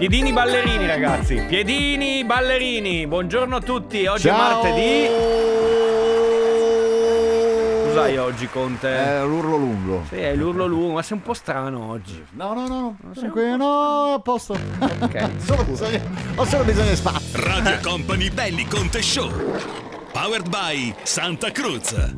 Piedini ballerini, ragazzi. Piedini ballerini. Buongiorno a tutti. Oggi Ciao. è martedì. Cos'hai oggi, Conte? L'urlo lungo. Sì, è l'urlo lungo, ma sei un po' strano oggi. No. No, a posto. Ok. Ho solo bisogno di spazio. Radio Company Belli Conte Show. Powered by Santa Cruz.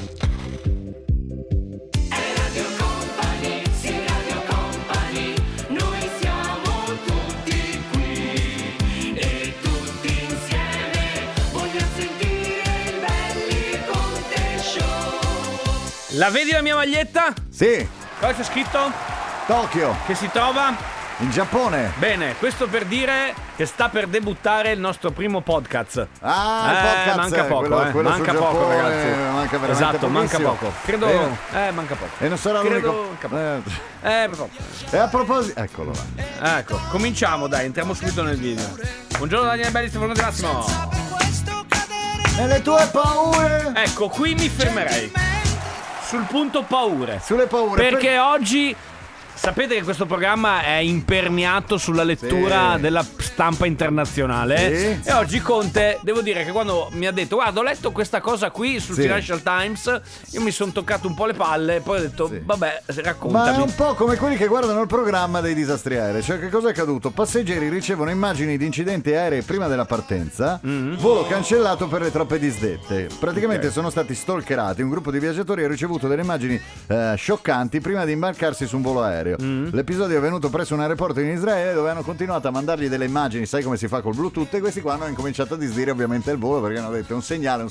La vedi la mia maglietta? Sì, Cosa c'è scritto? Tokyo, Che si trova? in Giappone. Bene, questo per dire che sta per debuttare il nostro primo podcast. Il podcast. Manca poco, quello manca sul poco, Giappone, ragazzi. Manca veramente Esatto, manca pochissimo. poco. Credo. Manca poco. E non sarà Credo- l'unico. Proprio. E a proposito, eccolo là. Ecco, cominciamo, dai, entriamo subito nel video. Buongiorno Daniele Belli, Stefano De Massimo. E le tue paure? Ecco, qui mi fermerei. Sul punto paure. Sulle paure. Perché oggi sapete che questo programma è imperniato sulla lettura Sì. della stampa internazionale. Sì. E oggi Conte, devo dire che quando mi ha detto guarda, ho letto questa cosa qui sul Sì. Financial Times, io mi sono toccato un po' le palle e poi ho detto Sì. vabbè, Ma è raccontami. un po' come quelli che guardano il programma dei disastri aerei. Cioè, che cosa è accaduto? Passeggeri ricevono immagini di incidenti aerei prima della partenza. Volo cancellato per le troppe disdette. Praticamente sono stati stalkerati. Un gruppo di viaggiatori ha ricevuto delle immagini scioccanti prima di imbarcarsi su un volo aereo. L'episodio è avvenuto presso un aeroporto in Israele, dove hanno continuato a mandargli delle immagini, sai come si fa col Bluetooth, e questi qua hanno incominciato a disdire ovviamente il volo, perché hanno detto un segnale.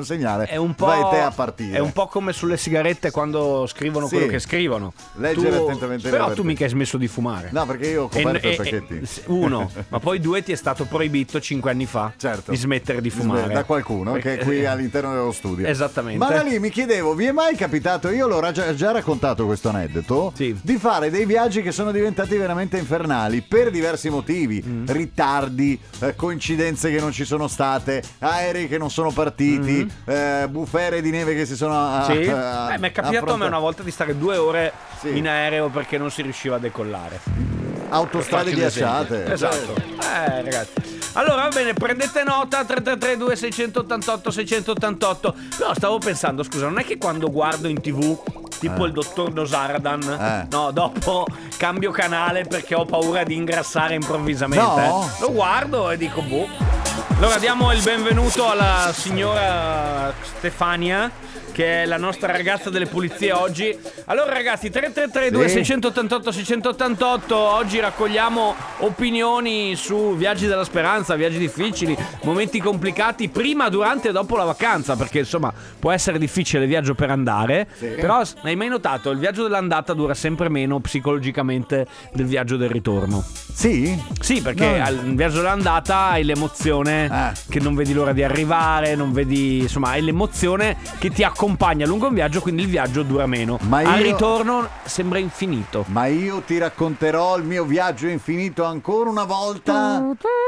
È un po', vai te a partire. È un po' come sulle sigarette quando scrivono Sì. quello che scrivono. Leggere attentamente le Però tu avvertenze. mica hai smesso di fumare. No, perché io ho coperto i pacchetti. Uno, ma poi due, ti è stato proibito 5 anni fa Certo. di smettere di fumare. Da qualcuno che è qui all'interno dello studio. Esattamente. Ma da lì mi chiedevo, vi è mai capitato, io l'ho già raccontato questo aneddoto, Sì. di fare dei viaggi che sono diventati veramente infernali per diversi motivi, ritardi, coincidenze che non ci sono state, aerei che non sono partiti, bufere di neve che si sono Sì. Mi è capitato a me una volta di stare 2 ore Sì. in aereo perché non si riusciva a decollare. autostrade Per farti un ghiacciate. esempio. Esatto. Ragazzi. Allora va bene, prendete nota 3332 688 688. Però stavo pensando, scusa, non è che quando guardo in TV tipo il dottor Nosaradan, no, dopo cambio canale perché ho paura di ingrassare improvvisamente. No. Lo guardo e dico boh. Allora diamo il benvenuto alla signora Stefania, che è la nostra ragazza delle pulizie oggi. Allora ragazzi, 3332 Sì. 688 688. Oggi raccogliamo opinioni su viaggi della speranza, viaggi difficili, momenti complicati prima, durante e dopo la vacanza, perché insomma può essere difficile il viaggio per andare, però hai mai notato il viaggio dell'andata dura sempre meno psicologicamente del viaggio del ritorno? Sì? Sì, perché No. al viaggio dell'andata hai l'emozione che non vedi l'ora di arrivare, non vedi, insomma, hai l'emozione che ti accompagna lungo un viaggio, quindi il viaggio dura meno. Ma Al io- ritorno sembra infinito. Ma io ti racconterò il mio viaggio infinito ancora una volta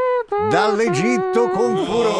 dall'Egitto con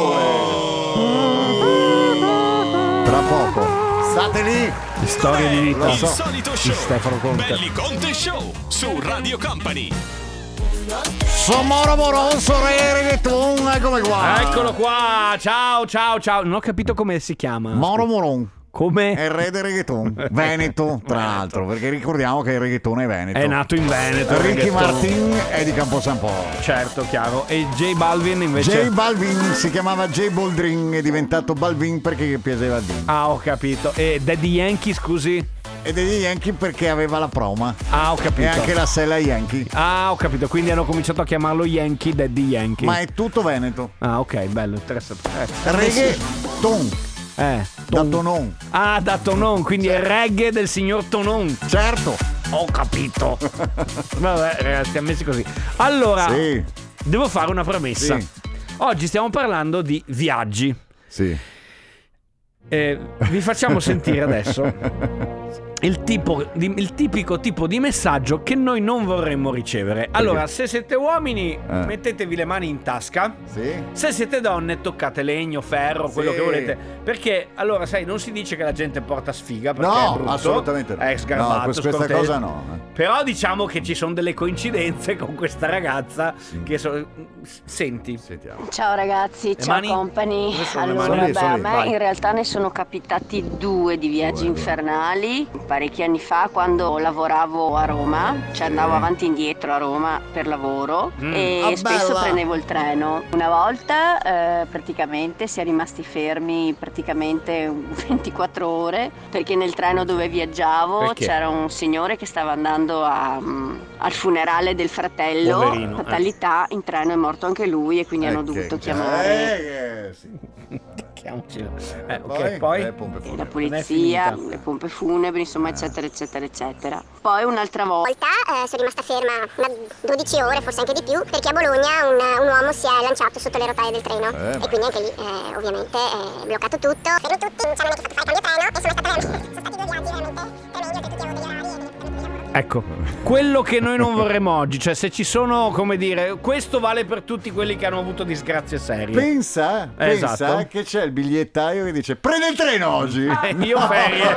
furore. Tra poco. State lì. Storie di vita. Lo Il so. solito Di show. Stefano Conte. Belli Conte Show su Radio Company. Somoro moroso reggaeton, eccomi qua. Eccolo qua. Ciao, ciao, ciao. Non ho capito come si chiama. Moro Moron. Come? È il re del reggaeton. Veneto, tra l'altro, perché ricordiamo che il reggaeton è veneto. È nato in Veneto. il Ricky reggaeton. Martin è di Camposampo. Certo, chiaro. E J Balvin invece. J Balvin si chiamava J Boldrin, è diventato Balvin perché piaceva il vin. Ah, ho capito. E Daddy Yankee, scusi? E degli Yankee perché aveva la proma. Ah, ho capito. E anche la sella Yankee. Ah, ho capito. Quindi hanno cominciato a chiamarlo Yankee, Daddy Yankee. Ma è tutto veneto. Ah, ok, bello, interessante. Reggaeton. Da Tonon. Ah, da Tonon, quindi è il reggae del signor Tonon. Certo. Ho capito. Vabbè, ragazzi, siamo messi così. Allora, Sì. devo fare una premessa. Sì. Oggi stiamo parlando di viaggi. Sì. Vi facciamo sentire adesso il tipico tipo di messaggio che noi non vorremmo ricevere. Allora, se siete uomini, mettetevi le mani in tasca. Sì. Se siete donne, toccate legno, ferro, quello che volete. Perché, allora, sai, non si dice che la gente porta sfiga, perché è brutto, assolutamente no. è sgarbato, questa scortese. cosa no. Però diciamo che ci sono delle coincidenze con questa ragazza che senti. Sentiamo. Ciao ragazzi, ciao mani? company. Dove sono le Allora, mani? a me Vai. in realtà ne sono capitati 2 di viaggi infernali parecchi anni fa quando lavoravo a Roma, cioè andavo avanti e indietro a Roma per lavoro e spesso bella. prendevo il treno. Una volta praticamente si è rimasti fermi praticamente 24 ore perché nel treno dove viaggiavo Perché? c'era un signore che stava andando al funerale del fratello. Poverino, Fatalità, in treno è morto anche lui e quindi hanno dovuto chiamare Chiamacelo. Poi? Poi? la Non è polizia, finita. le pompe funebri, insomma, eccetera, eccetera, eccetera. Poi un'altra volta sono rimasta ferma 12 ore, forse anche di più, perché a Bologna un uomo si è lanciato sotto le rotaie del treno e quindi anche lì ovviamente è bloccato tutto. Fermi tutti, non ci hanno neanche fatto fare il cambio treno e sono stati 2 viaggi veramente tremendi perché tutti avevo degli orari e Ecco, quello che noi non vorremmo oggi, cioè se ci sono, come dire, questo vale per tutti quelli che hanno avuto disgrazie serie. Pensa Esatto. che c'è il bigliettaio che dice prende il treno oggi. Io ferie.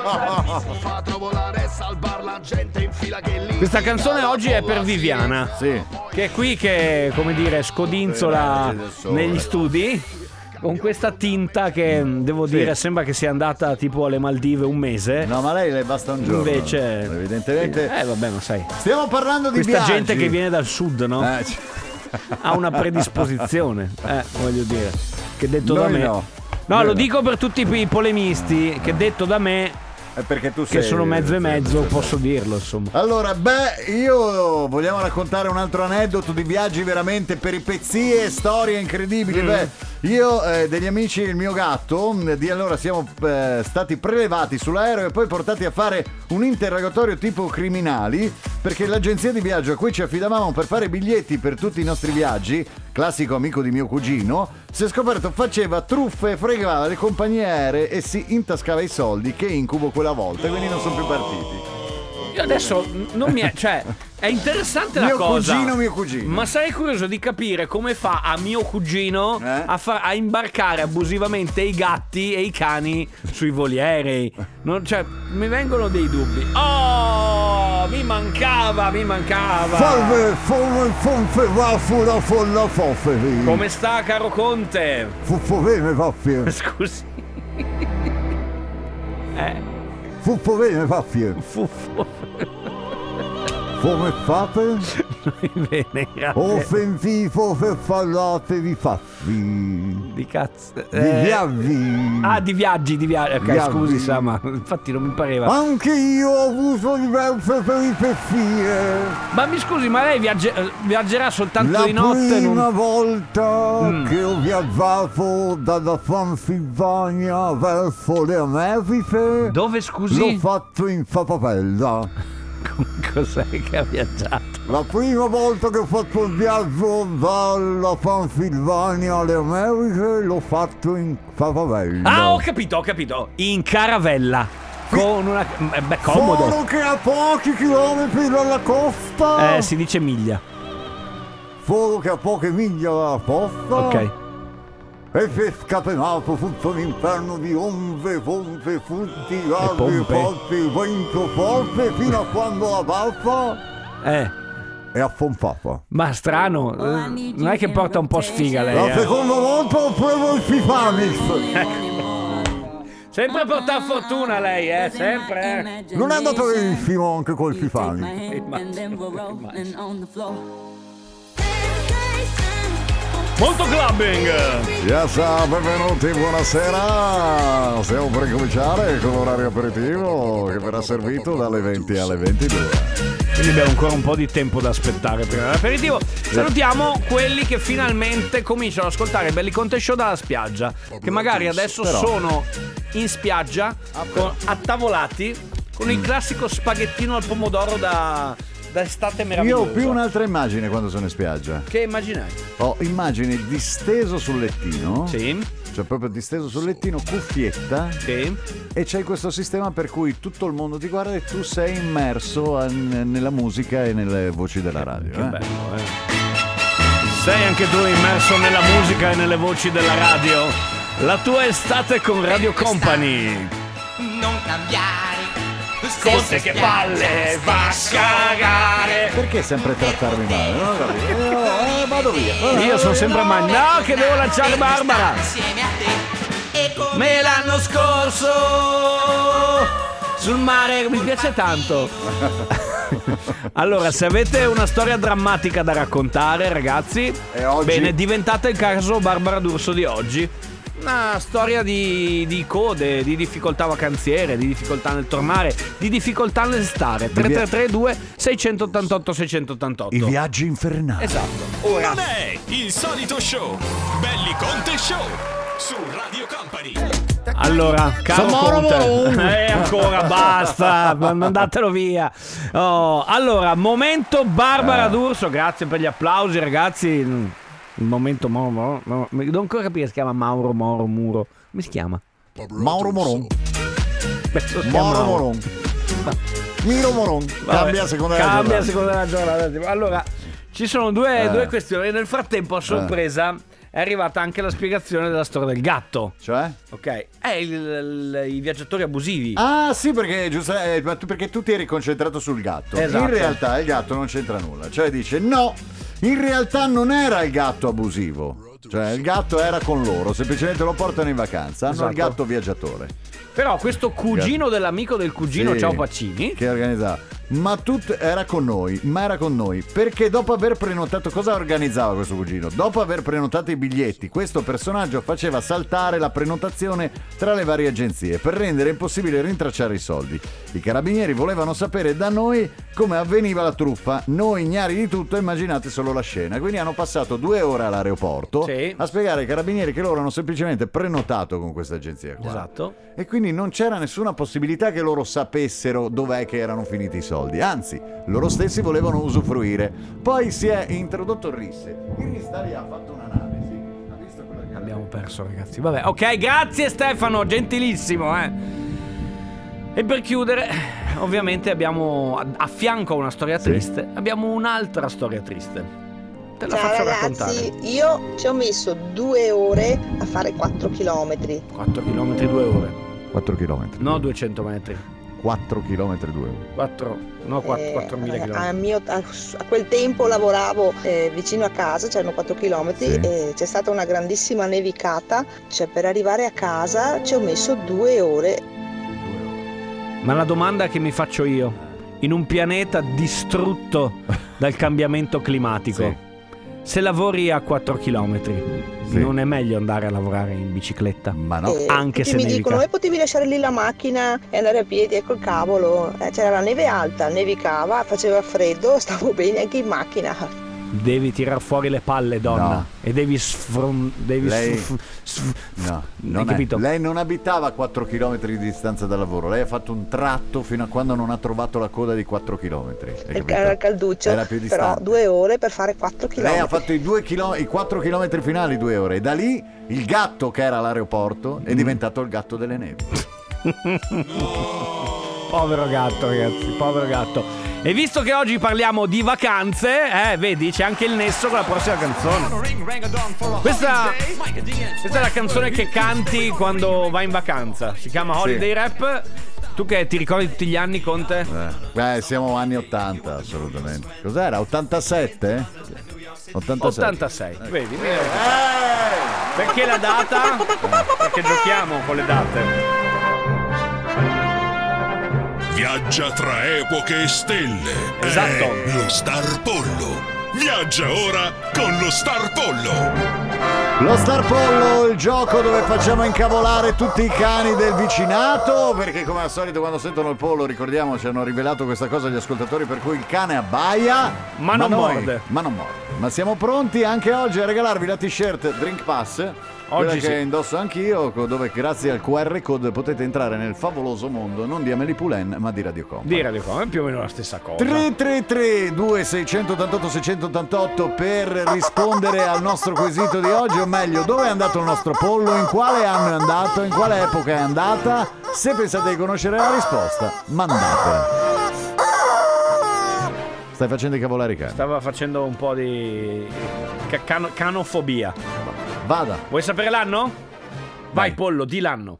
Questa canzone oggi è per Viviana, Sì. che è qui che, come dire, scodinzola negli studi con questa tinta che devo dire sembra che sia andata tipo alle Maldive un mese. No, ma lei le basta un giorno. Invece evidentemente. vabbè, ma sai, Stiamo parlando di questa viaggi. gente che viene dal sud, no? C- Ha una predisposizione, voglio dire, che detto da Noi me. no. No, Noi lo no. dico per tutti i polemisti, che detto da me, È perché tu che sei sono mezzo e mezzo, posso dirlo, insomma. Allora, io vogliamo raccontare un altro aneddoto di viaggi veramente peripezie, storie incredibili. Io degli amici e il mio gatto di allora siamo stati prelevati sull'aereo e poi portati a fare un interrogatorio tipo criminali perché l'agenzia di viaggio a cui ci affidavamo per fare biglietti per tutti i nostri viaggi, classico amico di mio cugino, si è scoperto faceva truffe, fregava le compagnie aeree e si intascava i soldi. Che incubo quella volta, quindi non sono più partiti. Io adesso non mi è, cioè, è interessante la cosa. Mio cugino. Ma sarei curioso di capire come fa a mio cugino a imbarcare abusivamente i gatti e i cani sui voli aerei. Cioè, mi vengono dei dubbi. Oh, mi mancava. Salve, fonfe, va fuori folla foffe. Come sta, caro Conte? Fuffo bene, vaffie. Scusi. Fuffo bene, vaffie. Fuffo. Come fate? Bene, grazie. Offensivo per parlate di fatti. Di cazzo. Di viaggi. Ah, di viaggi. Ok, Viaggi. scusi, Sama. Infatti non mi pareva. Anche io ho avuto diverse peripezie. Ma mi scusi, ma lei viaggerà soltanto La di notte? prima volta che ho viaggiato dalla Transilvania verso le Americhe, Dove, scusi? l'ho fatto in papavella. Cos'è che ha viaggiato? La prima volta che ho fatto il viaggio dalla Transilvania alle Americhe l'ho fatto in papavella. Ah, ho capito. In caravella. Con una... Beh, comodo. Solo che a pochi chilometri dalla costa. Si dice miglia. Solo che a poche miglia dalla costa. Ok. E si è scatenato tutto un inferno di onde, pompe, frutti, alberi pompe. forti, vento forte, fino a quando la barca è affondata. Ma strano. Non è che porta un po' sfiga lei. La seconda volta ho preso il Titanic. Sempre porta fortuna lei, sempre. Non è andato benissimo anche col Titanic. Molto clubbing. Yes, benvenuti, buonasera. Stiamo per cominciare con l'orario aperitivo che verrà servito dalle 20 alle 22. Quindi abbiamo ancora un po' di tempo da aspettare prima dell'aperitivo. Salutiamo quelli che finalmente cominciano ad ascoltare il Belli Conte Show dalla spiaggia, che magari adesso sono in spiaggia attavolati con il classico spaghettino al pomodoro da estate Io meravigliosa. ho più un'altra immagine quando sono in spiaggia. Che immaginai? Ho immagini disteso sul lettino. Sì. cioè proprio disteso sul lettino, cuffietta, Sì. e c'hai questo sistema per cui tutto il mondo ti guarda e tu sei immerso nella musica e nelle voci della radio. Che bello, Sei anche tu immerso nella musica e nelle voci della radio. La tua estate con Radio Company. Non cambiare. Cose che palle, va a cagare. Perché sempre trattarmi male? Non ho capito. Vado via. Io sono sempre no, che devo lanciare Barbara. Insieme a te. E come Me l'anno scorso sul mare mi piace tanto. Allora, se avete una storia drammatica da raccontare, ragazzi, E oggi? bene, diventate il caso Barbara D'Urso di oggi. Una storia di code, di difficoltà vacanziere, di difficoltà nel tornare, di difficoltà nel stare. 3332 688 688. I viaggi infernali. Esatto. Ora Non è il solito show. Belli Conte Show su Radio Company. allora, caro Conte, ancora basta, mandatelo via. Oh, allora, momento Barbara D'Urso. Grazie per gli applausi, ragazzi. Il momento non ancora capire, si chiama Mauro Moro Muro. Come si chiama? Mauro Moron. Penso si chiama Mauro Moron. Miro Moron. Cambia a seconda della Cambia a giornata. seconda della giornata. Allora, ci sono due questioni. Nel frattempo, a sorpresa, è arrivata anche la spiegazione della storia del gatto. Cioè? Ok, è i viaggiatori abusivi. Ah sì, perché giusto, perché tu ti eri concentrato sul gatto. Esatto. In realtà il gatto non c'entra nulla. Cioè dice no, in realtà non era il gatto abusivo. Cioè il gatto era con loro, semplicemente lo portano in vacanza. Hanno il Esatto. gatto viaggiatore. Però questo cugino dell'amico del cugino, Sì, ciao Pacini, che organizzava. Ma era con noi, perché dopo aver prenotato, cosa organizzava questo cugino? Dopo aver prenotato i biglietti, questo personaggio faceva saltare la prenotazione tra le varie agenzie per rendere impossibile rintracciare i soldi. I carabinieri volevano sapere da noi come avveniva la truffa. Noi ignari di tutto, immaginate solo la scena. Quindi hanno passato 2 ore all'aeroporto Sì. a spiegare ai carabinieri che loro hanno semplicemente prenotato con questa agenzia qua. esatto. E quindi non c'era nessuna possibilità che loro sapessero dov'è che erano finiti i soldi. Anzi, loro stessi volevano usufruire. Poi si è introdotto il RIS. Il RIS da lì ha fatto un'analisi. Ha visto quella che Abbiamo perso, ragazzi. Vabbè, ok, grazie Stefano, gentilissimo, E per chiudere, ovviamente abbiamo a fianco a una storia triste, abbiamo un'altra storia triste. Te la Ciao faccio ragazzi, raccontare. io ci ho messo 2 ore a fare 4 chilometri. 4 km 2 ore. 4 km. No, 200 metri. 4 km 2 ore. 4.000 km. A quel tempo lavoravo vicino a casa, c'erano 4 chilometri, Sì. e c'è stata una grandissima nevicata, cioè per arrivare a casa ci ho messo 2 ore. Ma la domanda che mi faccio io, in un pianeta distrutto dal cambiamento climatico, Sì. se lavori a 4 km, Sì. non è meglio andare a lavorare in bicicletta? Ma no. Anche tutti se mi nevica. dicono, potevi lasciare lì la macchina e andare a piedi, ecco il cavolo. C'era la neve alta, nevicava, faceva freddo, stavo bene anche in macchina. Devi tirar fuori le palle, donna. No. E devi Lei- No, hai non è. capito? Lei non abitava a 4 km di distanza dal lavoro. Lei ha fatto un tratto fino a quando non ha trovato la coda di 4 km. Era il calduccio, Era più però distante. 2 ore per fare 4 km. Lei ha fatto i 4 km finali 2 ore. E da lì il gatto che era all'aeroporto è diventato il gatto delle nevi. Povero gatto, ragazzi, povero gatto. E visto che oggi parliamo di vacanze, vedi, c'è anche il nesso con la prossima canzone. Questa è la canzone che canti quando vai in vacanza. Si chiama Holiday Rap. Tu che ti ricordi tutti gli anni, Conte? Beh, siamo anni 80, assolutamente. Cos'era? 87? 86. Vedi? Perché la data? Perché giochiamo con le date. Viaggia tra epoche e stelle. Esatto. È lo Star Pollo. Viaggia ora con lo Star Pollo. Lo Star Pollo, il gioco dove facciamo incavolare tutti i cani del vicinato, perché come al solito quando sentono il pollo, ricordiamo, ci hanno rivelato questa cosa gli ascoltatori, per cui il cane abbaia Ma non morde. Ma non morde. Ma siamo pronti anche oggi a regalarvi la t-shirt Drink Pass. Quella che indosso anch'io, dove grazie al QR code potete entrare nel favoloso mondo non di Amélie Poulain ma di Radio Company. Di Radio Company, è più o meno la stessa cosa. 333 2688 688 per rispondere al nostro quesito di oggi, o meglio, dove è andato il nostro pollo, in quale anno è andato, in quale epoca è andata. Se pensate di conoscere la risposta, mandatela. Stai facendo i cavolari, cani? Stava facendo un po' di canofobia. Vada. Vuoi sapere l'anno? Vai pollo, di l'anno.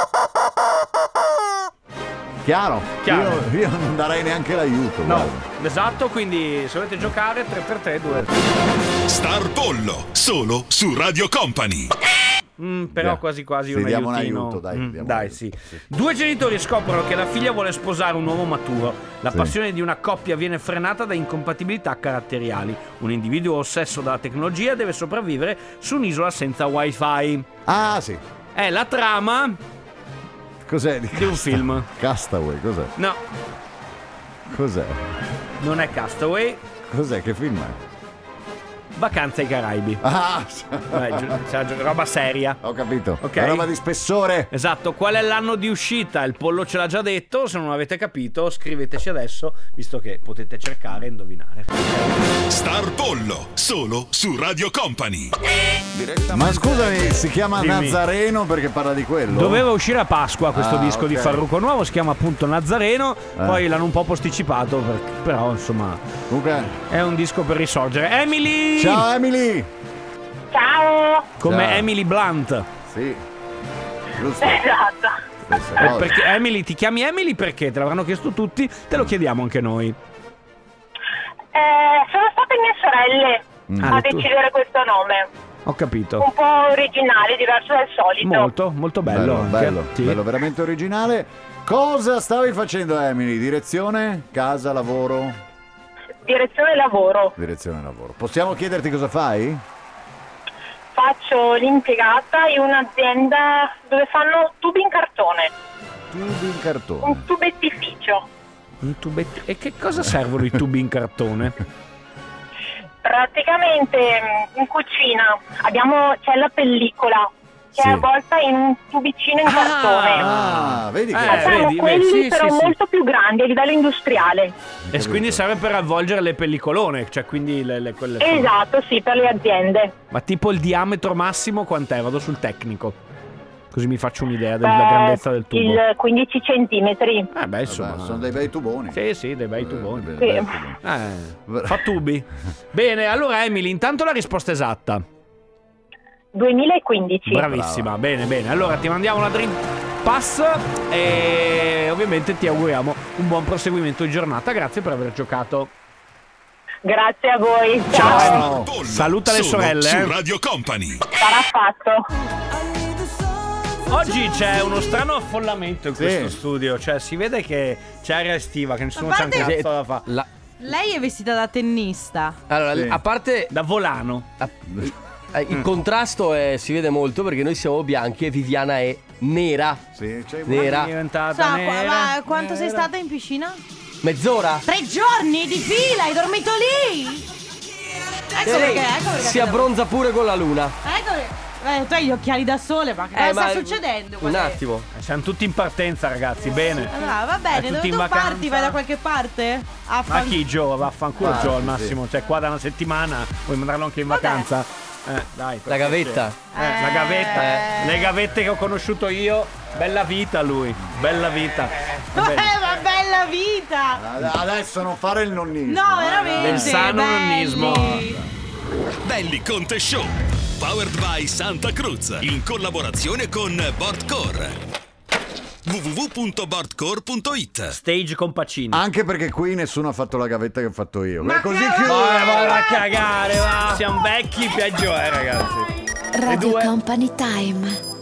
Chiaro. Io non darei neanche l'aiuto. No, guarda. Esatto, quindi se volete giocare 333 2. Star Pollo, solo su Radio Company. Però quasi Sì, un diamo un aiutino. aiuto, dai. Dai, sì. Due genitori scoprono che la figlia vuole sposare un uomo maturo. La passione di una coppia viene frenata da incompatibilità caratteriali. Un individuo ossesso dalla tecnologia deve sopravvivere su un'isola senza wifi. Ah, sì. È la trama Cos'è? di un film. Castaway, cos'è? No, Cos'è? non è Castaway. Cos'è? Che film è? Vacanze ai Caraibi. Ah, Roba seria. ho capito. Ok. Una roba di spessore. Esatto, qual è l'anno di uscita? Il pollo ce l'ha già detto, se non avete capito scriveteci adesso, visto che potete cercare e indovinare. Star Pollo, solo su Radio Company. Ma scusami, si chiama Dimmi. Nazareno perché parla di quello? Doveva uscire a Pasqua questo disco di ok. Farruko Nuovo, si chiama appunto Nazareno, poi l'hanno un po' posticipato, però insomma Comunque, è un disco per risorgere. Emily! ciao Emily. Ciao! Come Ciao. Emily Blunt. Sì. Giusto. Esatto. Stessa cosa. Perché Emily, ti chiami Emily perché? Te l'avranno chiesto tutti, te lo chiediamo anche noi. Sono state mie sorelle a le tue- decidere questo nome. Ho capito. Un po' originale, diverso dal solito. Molto, molto bello. anche. bello, Sì. bello, veramente originale. Cosa stavi facendo, Emily? Direzione? Casa, lavoro? Direzione lavoro. Direzione lavoro. Possiamo chiederti cosa fai? Faccio l'impiegata in un'azienda dove fanno tubi in cartone. Tubi in cartone. Un tubettificio. Un tubetto. E che cosa servono i tubi in cartone? Praticamente in cucina c'è la pellicola che Sì. è avvolta in un tubicino in cartone. Ah, vedi che Facciamo vedi, quelli sì, però sì, sì. molto più grandi a livello industriale. E quindi serve per avvolgere le pellicolone, cioè quindi quelle. Esatto, sì, per le aziende. Ma tipo il diametro massimo quant'è? Vado sul tecnico. Così mi faccio un'idea della grandezza del tubo. Il 15 centimetri. Beh, insomma. sono dei bei tuboni. Sì, dei bei tuboni. Dei Sì. bei tuboni. Fa tubi. Bene, allora Emily, intanto la risposta esatta. 2015. Bravissima, bene. Allora ti mandiamo una Dream Pass e ovviamente ti auguriamo un buon proseguimento di giornata. Grazie per aver giocato. Grazie a voi. Ciao. Ciao. Pollo, Saluta le solo sorelle, su eh. Radio Company. Sarà fatto. Oggi c'è uno strano affollamento in Sì. questo studio. Cioè si vede che c'è aria estiva, che nessuno A c'ha un parte- cazzo da fare. Lei è vestita da tennista. Allora, Sì. a parte Da volano. il contrasto si vede molto perché noi siamo bianchi e Viviana è nera. Sì, c'è Nera. È diventata Sa, nera. ma quanto sei stata in piscina? Mezz'ora? 3 giorni di fila, hai dormito lì? Ecco Lei perché si abbronza pure con la luna. Ecco perché. Tu hai gli occhiali da sole, ma che cosa ma sta succedendo? Un attimo. Siamo tutti in partenza, ragazzi. Bene. Ah, va bene, tutti dove in tu vacanza. parti? Vai da qualche parte? Ma chi Gio? Vaffanculo Ah, Gio al sì. massimo. Cioè qua da una settimana. Vuoi mandarlo anche in Vabbè. vacanza? Dai. La gavetta. La gavetta. Le gavette che ho conosciuto io. Bella vita lui. Bella vita. Va bene. Ma bella vita! Adesso non fare il nonnismo. No, veramente. Del sano belli. nonnismo. Belli Conte Show. Powered by Santa Cruz. In collaborazione con Boardcore. www.boardcore.it. Stage con Pacini. Anche perché qui nessuno ha fatto la gavetta che ho fatto io. Ma Così che- chiudo. Va a cagare, va. Siamo vecchi, peggio ragazzi. Radio Company Time.